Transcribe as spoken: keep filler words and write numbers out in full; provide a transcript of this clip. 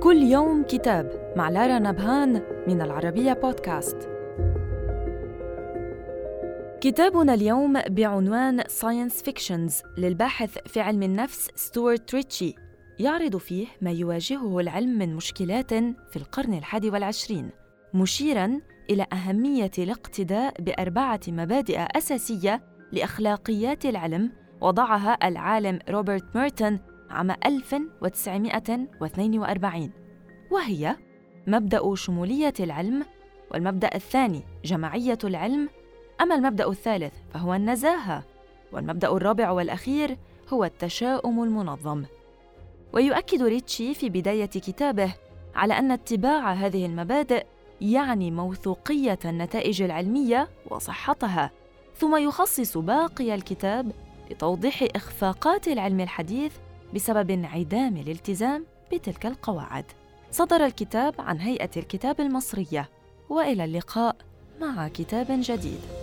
كل يوم كتاب مع لارا نبهان من العربية بودكاست. كتابنا اليوم بعنوان Science Fictions للباحث في علم النفس ستوارت ريتشي، يعرض فيه ما يواجهه العلم من مشكلات في القرن الحادي والعشرين، مشيراً إلى أهمية الاقتداء بأربعة مبادئ أساسية لأخلاقيات العلم وضعها العالم روبرت ميرتون عام ألف وتسعمائة واثنين وأربعين، وهي مبدأ شمولية العلم، والمبدأ الثاني جماعية العلم، أما المبدأ الثالث فهو النزاهة، والمبدأ الرابع والأخير هو التشاؤم المنظم. ويؤكد ريتشي في بداية كتابه على أن اتباع هذه المبادئ يعني موثوقية النتائج العلمية وصحتها، ثم يخصص باقي الكتاب لتوضيح إخفاقات العلم الحديث بسبب انعدام الالتزام بتلك القواعد. صدر الكتاب عن هيئة الكتاب المصرية، وإلى اللقاء مع كتاب جديد.